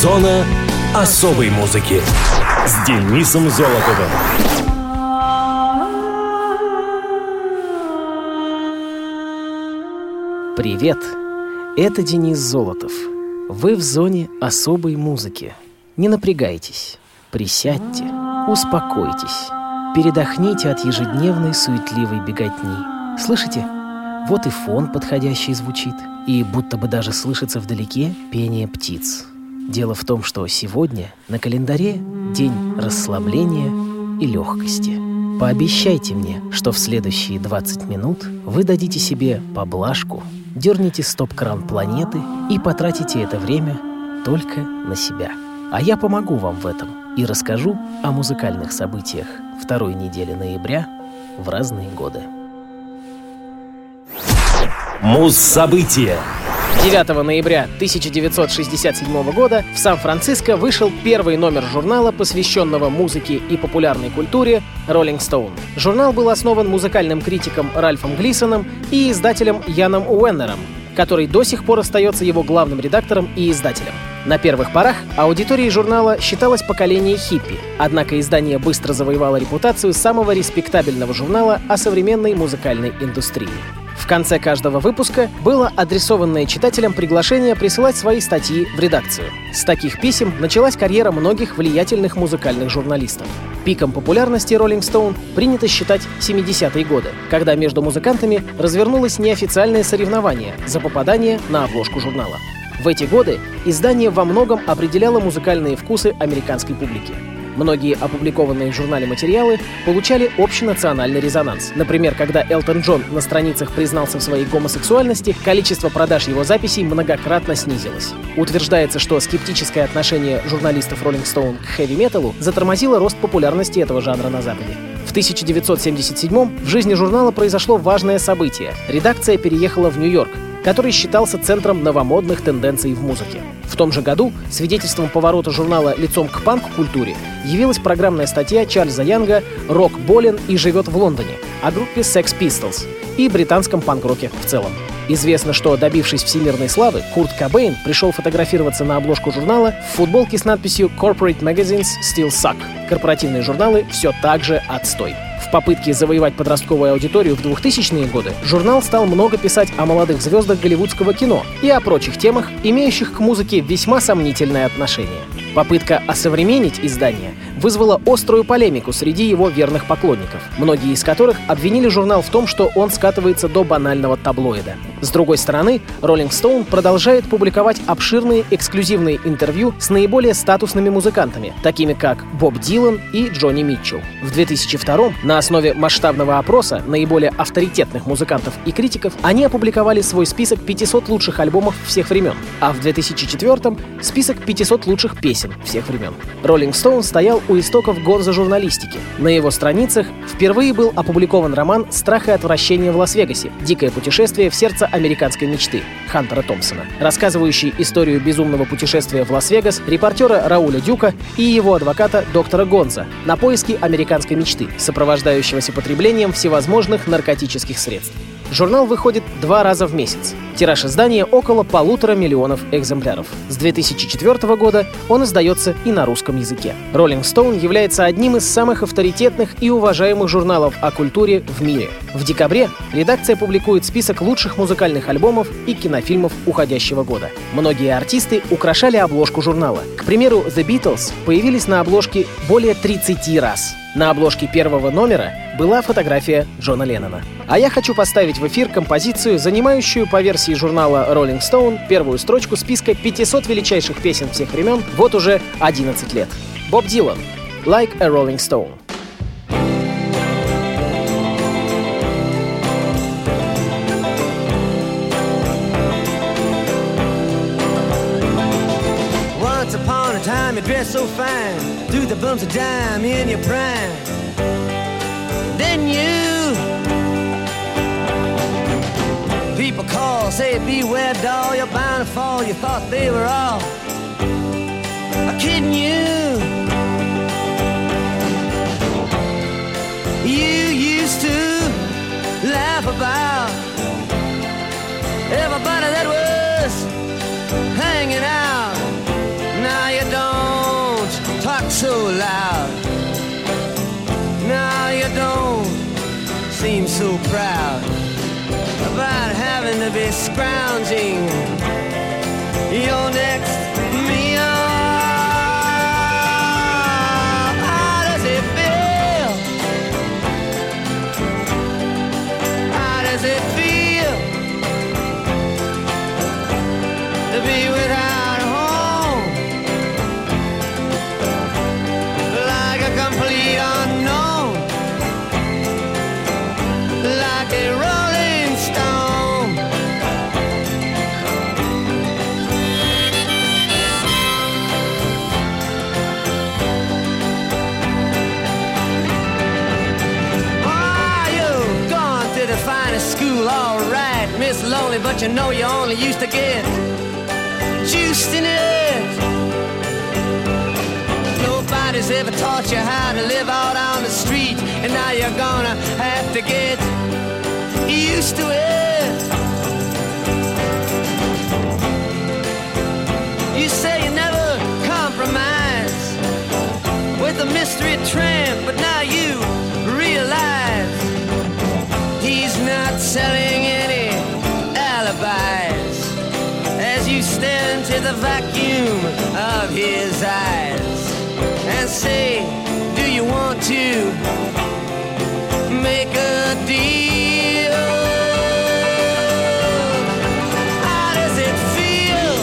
Зона особой музыки с Денисом Золотовым. Привет, это Денис Золотов. Вы в зоне особой музыки. Не напрягайтесь, присядьте, успокойтесь, передохните от ежедневной суетливой беготни. Слышите? Вот и фон подходящий звучит, и будто бы даже слышится вдалеке пение птиц. Дело в том, что сегодня на календаре день расслабления и легкости. Пообещайте мне, что в следующие 20 минут вы дадите себе поблажку, дерните стоп-кран планеты и потратите это время только на себя. А я помогу вам в этом и расскажу о музыкальных событиях второй недели ноября в разные годы. Муз-события. 9 ноября 1967 года в Сан-Франциско вышел первый номер журнала, посвященного музыке и популярной культуре, Rolling Stone. Журнал был основан музыкальным критиком Ральфом Глисоном и издателем Яном Уэннером, который до сих пор остается его главным редактором и издателем. На первых порах аудиторией журнала считалось поколение хиппи, однако издание быстро завоевало репутацию самого респектабельного журнала о современной музыкальной индустрии. В конце каждого выпуска было адресованное читателям приглашение присылать свои статьи в редакцию. С таких писем началась карьера многих влиятельных музыкальных журналистов. Пиком популярности Rolling Stone принято считать 70-е годы, когда между музыкантами развернулось неофициальное соревнование за попадание на обложку журнала. В эти годы издание во многом определяло музыкальные вкусы американской публики. Многие опубликованные в журнале материалы получали общенациональный резонанс. Например, когда Элтон Джон на страницах признался в своей гомосексуальности, количество продаж его записей многократно снизилось. Утверждается, что скептическое отношение журналистов Rolling Stone к хэви-металу затормозило рост популярности этого жанра на Западе. В 1977-м в жизни журнала произошло важное событие. Редакция переехала в Нью-Йорк, который считался центром новомодных тенденций в музыке. В том же году свидетельством поворота журнала лицом к панк-культуре явилась программная статья Чарльза Янга «Рок болен и живет в Лондоне» о группе Sex Pistols и британском панк-роке в целом. Известно, что, добившись всемирной славы, Курт Кобейн пришел фотографироваться на обложку журнала в футболке с надписью «Corporate Magazines Still Suck» — «Корпоративные журналы все так же отстой». В попытке завоевать подростковую аудиторию в 2000-е годы журнал стал много писать о молодых звездах голливудского кино и о прочих темах, имеющих к музыке весьма сомнительное отношение. Попытка осовременить издание вызвала острую полемику среди его верных поклонников, многие из которых обвинили журнал в том, что он скатывается до банального таблоида. С другой стороны, Rolling Stone продолжает публиковать обширные эксклюзивные интервью с наиболее статусными музыкантами, такими как Боб Дилан и Джонни Митчелл. В 2002-м на основе масштабного опроса наиболее авторитетных музыкантов и критиков они опубликовали свой список 500 лучших альбомов всех времен, а в 2004-м — список 500 лучших песен всех времен. Rolling Stone стоял у истоков гонзо-журналистики. На его страницах впервые был опубликован роман «Страх и отвращение в Лас-Вегасе. Дикое путешествие в сердце американской мечты» Хантера Томпсона, рассказывающий историю безумного путешествия в Лас-Вегас репортера Рауля Дюка и его адвоката доктора Гонза на поиски американской мечты, сопровождающегося потреблением всевозможных наркотических средств. Журнал выходит 2 раза в месяц. Тираж издания около 1,5 миллиона экземпляров. С 2004 года он издается и на русском языке. Rolling Stone является одним из самых авторитетных и уважаемых журналов о культуре в мире. В декабре редакция публикует список лучших музыкальных альбомов и кинофильмов уходящего года. Многие артисты украшали обложку журнала. К примеру, The Beatles появились на обложке более 30 раз. На обложке первого номера была фотография Джона Леннона. А я хочу поставить в эфир композицию, занимающую по версии журнала Rolling Stone первую строчку списка 500 величайших песен всех времен вот уже 11 лет. Боб Дилан, «Like a Rolling Stone». Once upon a time you dressed so fine, threw the bumps of dime in your prime. Then you people call, say beware doll, you're bound to fall. You thought they were all kidding you. You used to laugh about everybody that was hanging out. Now you so loud. Now you don't seem so proud about having to be scrounging your next meal. How does it feel? How does it feel to be without home, like a complete unknown, like a rolling stone? Oh, you've gone to the finest school, all right, Miss Lonely, but you know you only used to get juiced in it. Nobody's ever taught you how to live out on the street, and now you're gonna have to get used to it. You say you never compromise with a mystery tramp, but now you realize he's not selling any alibis as you stare into the vacuum of his eyes and say, do you want to make a deal? How does it feel?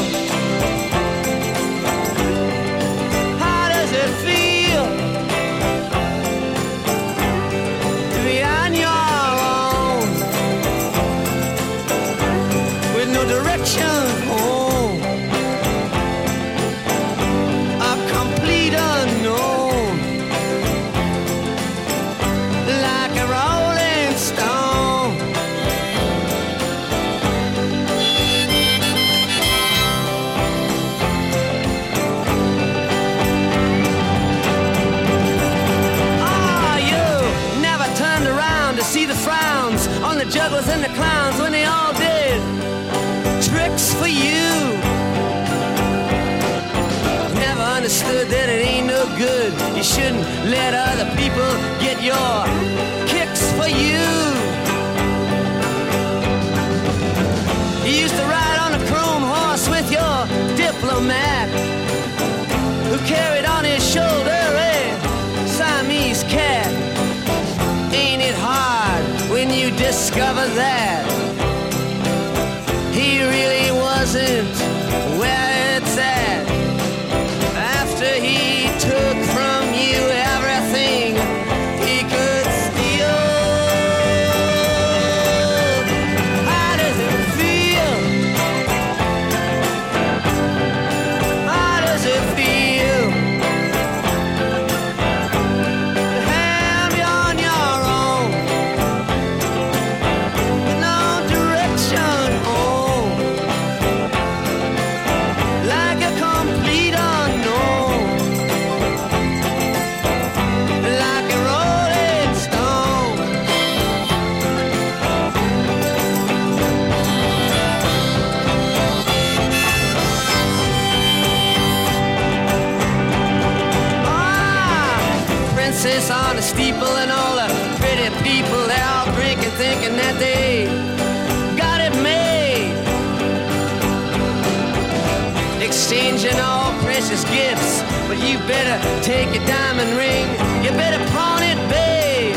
How does it feel to be on your own with no direction home? A complete unknown, like a rolling stone. Oh, you never turned around to see the frowns on the jugglers and the clowns when they all did tricks for you. Never understood that it ain't no good. You shouldn't let other people get your kicks for you. You used to ride on a chrome horse with your diplomat, who carried on his shoulder a Siamese cat. Ain't it hard when you discover that he really wasn't where it's at? After he took from you everything he could steal. How does it feel? How does it feel to have you on your own with no direction home, like a complete unknown, like a rolling stone? Ah, princess on a steeple and all the pretty people, they're all drinking, thinking that they got it made, exchanging all precious gifts. But you better take your diamond ring, you better pawn it, babe.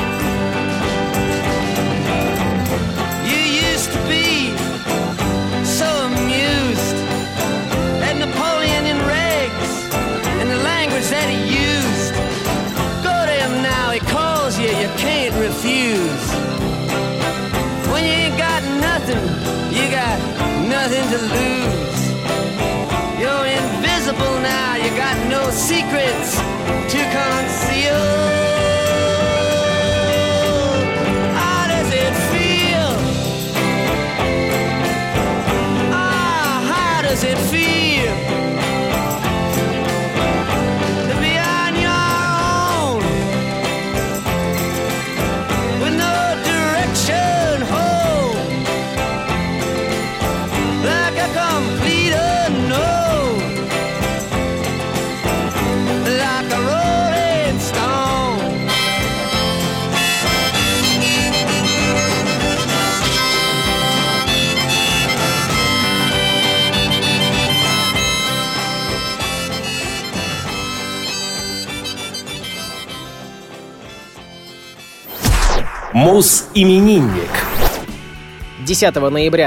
You used to be so amused at Napoleon in rags and the language that he used. Go to him now, he calls you, you can't refuse. When you ain't got nothing, you got nothing to lose. You're invisible now, you got no secrets to conceal. How does it feel? Ah, how does it feel to be on your own with no direction home, like a complete unknown, like a Муз-именинник. 10 ноября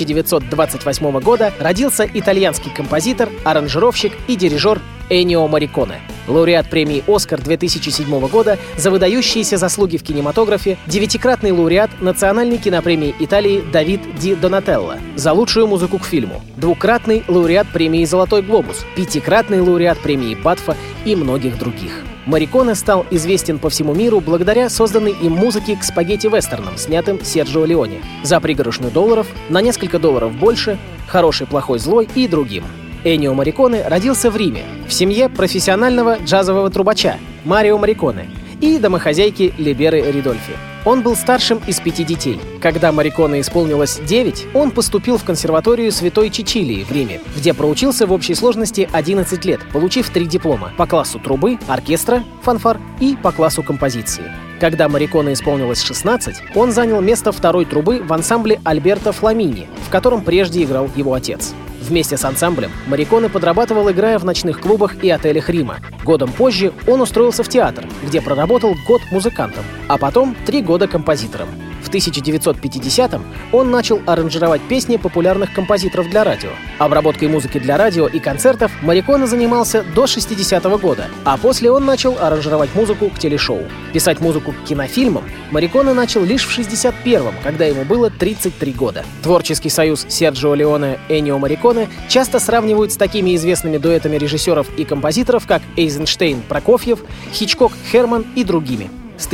1928 года родился итальянский композитор, аранжировщик и дирижер Эннио Морриконе. Лауреат премии «Оскар» 2007 года за выдающиеся заслуги в кинематографе, 9-кратный лауреат Национальной кинопремии Италии Давид Ди Донателло за лучшую музыку к фильму, 2-кратный лауреат премии «Золотой глобус», 5-кратный лауреат премии Батфа и многих других. Морриконе стал известен по всему миру благодаря созданной им музыке к спагетти-вестернам, снятым Серджио Леоне, «За пригоршню долларов», «На несколько долларов больше», «Хороший, плохой, злой» и другим. Эннио Морриконе родился в Риме, в семье профессионального джазового трубача Марио Морриконе и домохозяйки Либеры Ридольфи. Он был старшим из 5 детей. Когда Морриконе исполнилось 9, он поступил в консерваторию Святой Чичилии в Риме, где проучился в общей сложности 11 лет, получив 3 диплома по классу трубы, оркестра, фанфар и по классу композиции. Когда Морриконе исполнилось 16, он занял место 2-й трубы в ансамбле Альберто Фламини, в котором прежде играл его отец. Вместе с ансамблем Морриконе подрабатывал, играя в ночных клубах и отелях Рима. Годом позже он устроился в театр, где проработал год музыкантом, а потом 3 года композитором. В 1950-м он начал аранжировать песни популярных композиторов для радио. Обработкой музыки для радио и концертов Морриконе занимался до 60-го года, а после он начал аранжировать музыку к телешоу. Писать музыку к кинофильмам Морриконе начал лишь в 61-м, когда ему было 33 года. Творческий союз Серджио Леоне и Эннио Морриконе часто сравнивают с такими известными дуэтами режиссеров и композиторов, как Эйзенштейн Прокофьев, Хичкок Херман и другими. С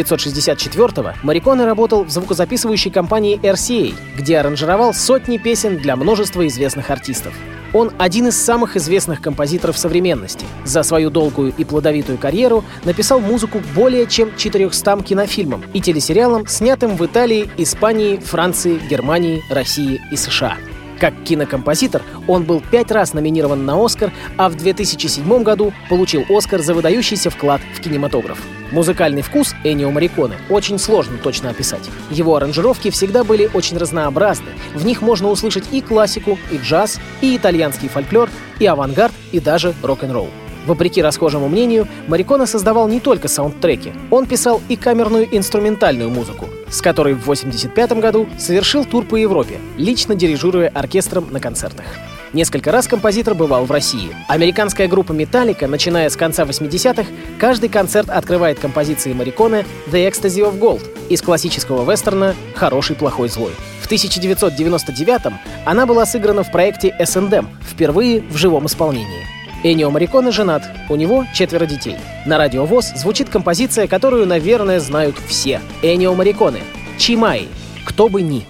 1964-го Морриконе работал в звукозаписывающей компании RCA, где аранжировал сотни песен для множества известных артистов. Он один из самых известных композиторов современности. За свою долгую и плодовитую карьеру написал музыку к более чем 400 кинофильмам и телесериалам, снятым в Италии, Испании, Франции, Германии, России и США. Как кинокомпозитор он был 5 раз номинирован на «Оскар», а в 2007 году получил «Оскар» за выдающийся вклад в кинематограф. Музыкальный вкус Эннио Морриконе очень сложно точно описать. Его аранжировки всегда были очень разнообразны. В них можно услышать и классику, и джаз, и итальянский фольклор, и авангард, и даже рок-н-ролл. Вопреки расхожему мнению, Морриконе создавал не только саундтреки. Он писал и камерную инструментальную музыку, с которой в 1985 году совершил тур по Европе, лично дирижируя оркестром на концертах. Несколько раз композитор бывал в России. Американская группа Metallica, начиная с конца 80-х, каждый концерт открывает композицией Морриконе «The Ecstasy of Gold» из классического вестерна «Хороший, плохой, злой». В 1999-м она была сыграна в проекте S&M впервые в живом исполнении. Эннио Морриконе женат, у него 4 детей. На радио ВОС звучит композиция, которую, наверное, знают все. Эннио Морриконе «Чи Май», «Кто бы ни».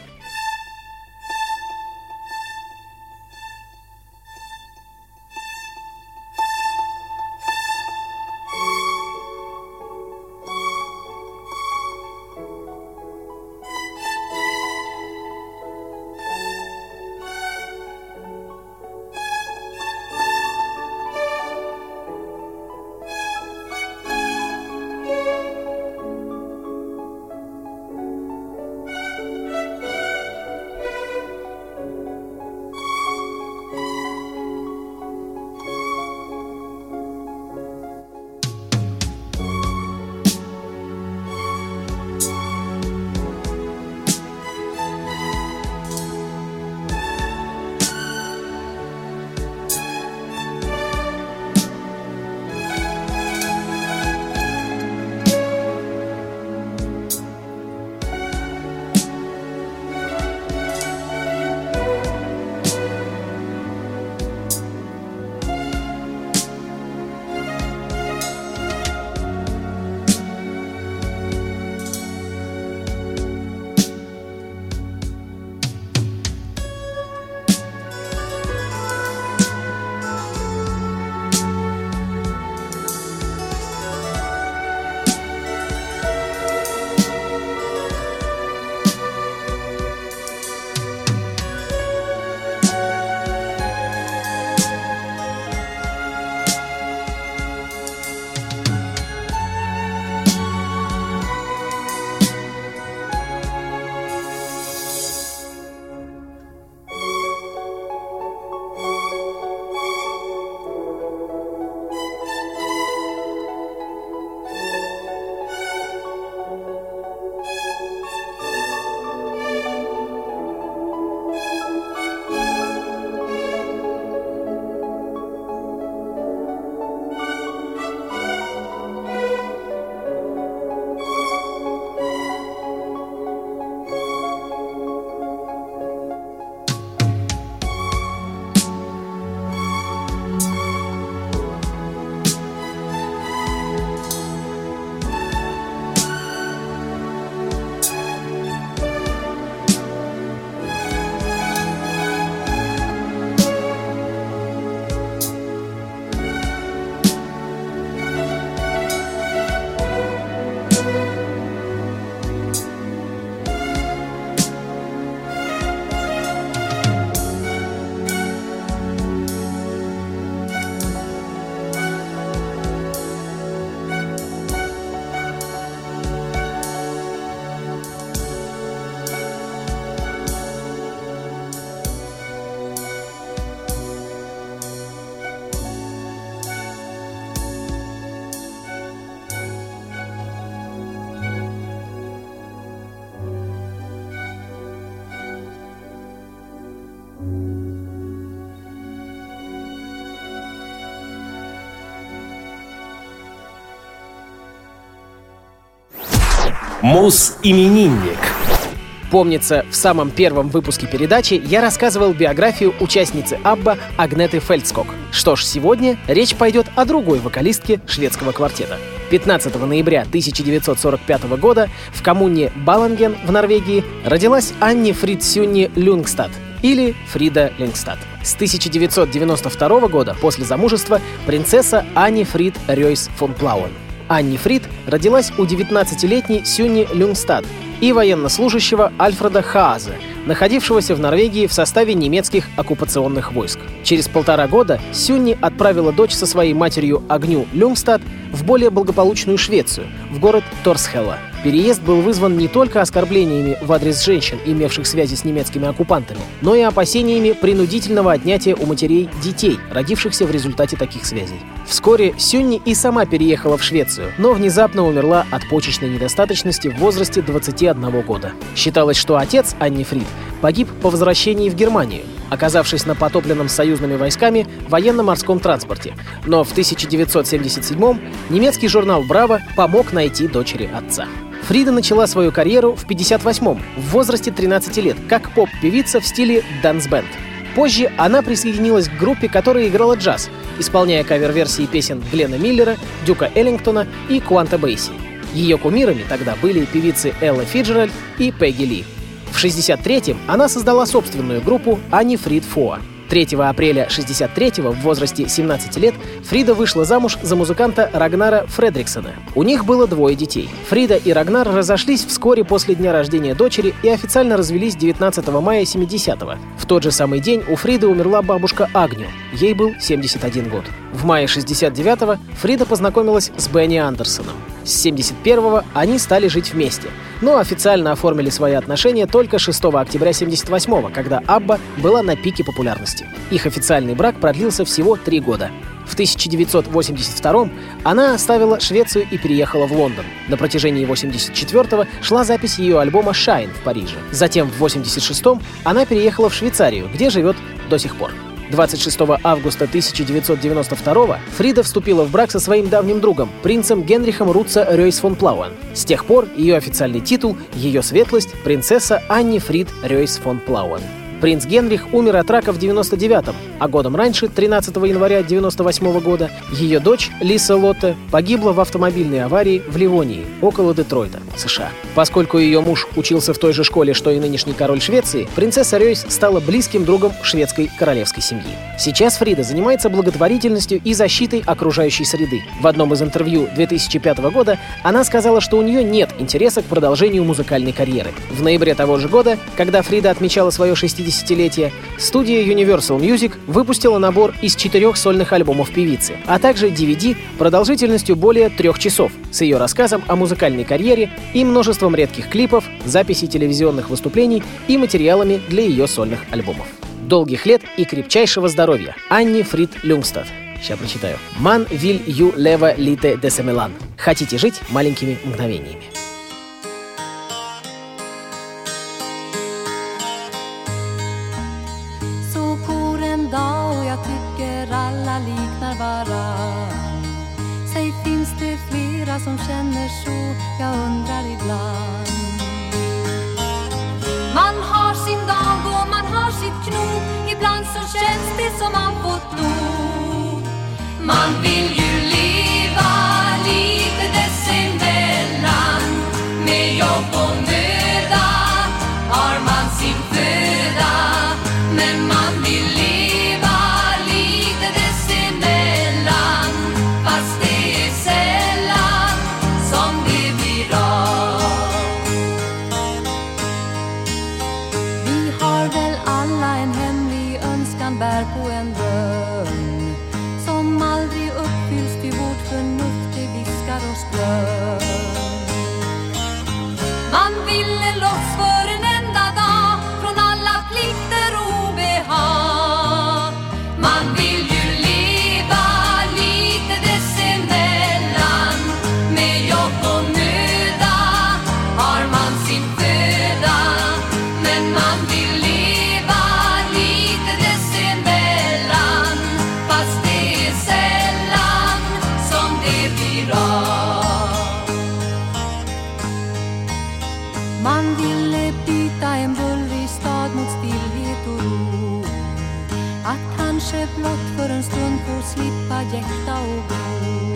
Мус-именинник. Помнится, в самом первом выпуске передачи я рассказывал биографию участницы Абба Агнеты Фельдског. Что ж, сегодня речь пойдет о другой вокалистке шведского квартета. 15 ноября 1945 года в коммуне Баланген в Норвегии родилась Анни Фрид Сюнни Люнгстад, или Фрида Люнгстад. С 1992 года после замужества принцесса Анни Фрид Рёйс фон Плауэн. Анни Фрид родилась у 19-летней Сюнни Люнгстад и военнослужащего Альфреда Хаазе, находившегося в Норвегии в составе немецких оккупационных войск. Через 1,5 года Сюнни отправила дочь со своей матерью Агню Люнгстад в более благополучную Швецию, в город Торсхелла. Переезд был вызван не только оскорблениями в адрес женщин, имевших связи с немецкими оккупантами, но и опасениями принудительного отнятия у матерей детей, родившихся в результате таких связей. Вскоре Сюнни и сама переехала в Швецию, но внезапно умерла от почечной недостаточности в возрасте 21 года. Считалось, что отец Анни Фрид погиб по возвращении в Германию, оказавшись на потопленном союзными войсками военно-морском транспорте. Но в 1977-м немецкий журнал «Браво» помог найти дочери отца. Фрида начала свою карьеру в 1958-м, в возрасте 13 лет, как поп-певица в стиле дэнс-бэнд. Позже она присоединилась к группе, которая играла джаз, исполняя кавер-версии песен Глена Миллера, Дюка Эллингтона и Куанта Бейси. Ее кумирами тогда были певицы Элла Фиджеральд и Пегги Ли. В 1963-м она создала собственную группу Анни Фрид Фоа. 3 апреля 1963-го, в возрасте 17 лет, Фрида вышла замуж за музыканта Рагнара Фредриксона. У них было 2 детей. Фрида и Рагнар разошлись вскоре после дня рождения дочери и официально развелись 19 мая 70-го. В тот же самый день у Фриды умерла бабушка Агню. Ей был 71 год. В мае 1969-го Фрида познакомилась с Бенни Андерсоном. С 1971-го они стали жить вместе, но официально оформили свои отношения только 6 октября 1978-го, когда Абба была на пике популярности. Их официальный брак продлился всего 3 года. В 1982-м она оставила Швецию и переехала в Лондон. На протяжении 1984-го шла запись ее альбома «Shine» в Париже. Затем в 1986-м она переехала в Швейцарию, где живет до сих пор. 26 августа 1992 Фрида вступила в брак со своим давним другом, принцем Генрихом Рутца Рёйс фон Плауэн. С тех пор ее официальный титул — Ее светлость принцесса Анни Фрид Рёйс фон Плауэн. Принц Генрих умер от рака в 1999-м, а годом раньше, 13 января 1998 года, ее дочь Лиса Лотте погибла в автомобильной аварии в Ливонии, около Детройта, США. Поскольку ее муж учился в той же школе, что и нынешний король Швеции, принцесса Рёйс стала близким другом шведской королевской семьи. Сейчас Фрида занимается благотворительностью и защитой окружающей среды. В одном из интервью 2005 года она сказала, что у нее нет интереса к продолжению музыкальной карьеры. В ноябре того же года, когда Фрида отмечала свое 60-летие, студия Universal Music выпустила набор из 4 сольных альбомов певицы, а также DVD продолжительностью более 3 часов с ее рассказом о музыкальной карьере и множеством редких клипов, записей телевизионных выступлений и материалами для ее сольных альбомов. Долгих лет и крепчайшего здоровья Анни Фрид Люнгстад. Сейчас прочитаю. «Man will you leva lite desemelan». Хотите жить маленькими мгновениями. Så går en dag och jag tycker alla liknar varann. Säg, finns det flera som känner så? Jag undrar ibland. Man har sin dag och man har sitt knop. Ibland så känns det som man fått nog. Man vill ju leva lite dessemellan. Med jobb och möda har man sin föda. Men man vill leva lite dessemellan. Fast det är sällan som det blir av. Vi har väl alla en hemlig önskan, bär på en bön som aldrig upp blott för en stund få slippa jäkta och gro.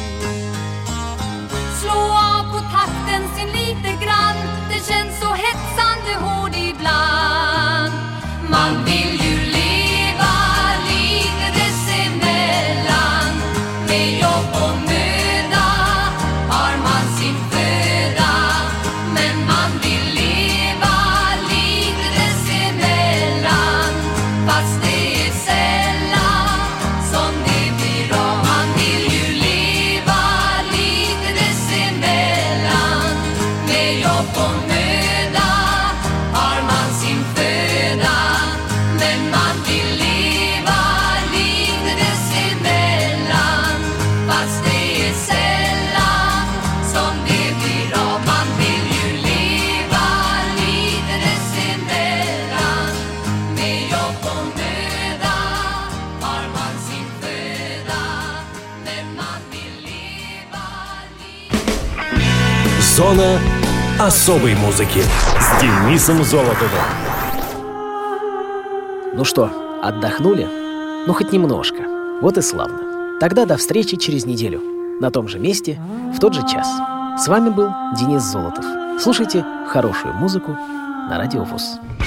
Slå av på takten sin lite grann, det känns så hetsande hård ibland. Man vill ju leva lite dessemellan, med jobb och möda har man sin föda. Men man vill leva lite dessemellan, fast det är sällan som det blir av. Man vill ju leva lite dessemellan, med jobb och möda har man sin föda. Men man vill leva lite dessemellan, fast det är sällan som det blir av. Man vill ju leva lite dessemellan, med jobb och möda har man sin föda. Men man vill leva lite. Зона особой музыки с Денисом Золотовым. Ну что, отдохнули? Ну, хоть немножко. Вот и славно. Тогда до встречи через неделю. На том же месте, в тот же час. С вами был Денис Золотов. Слушайте хорошую музыку на Радио ВОС.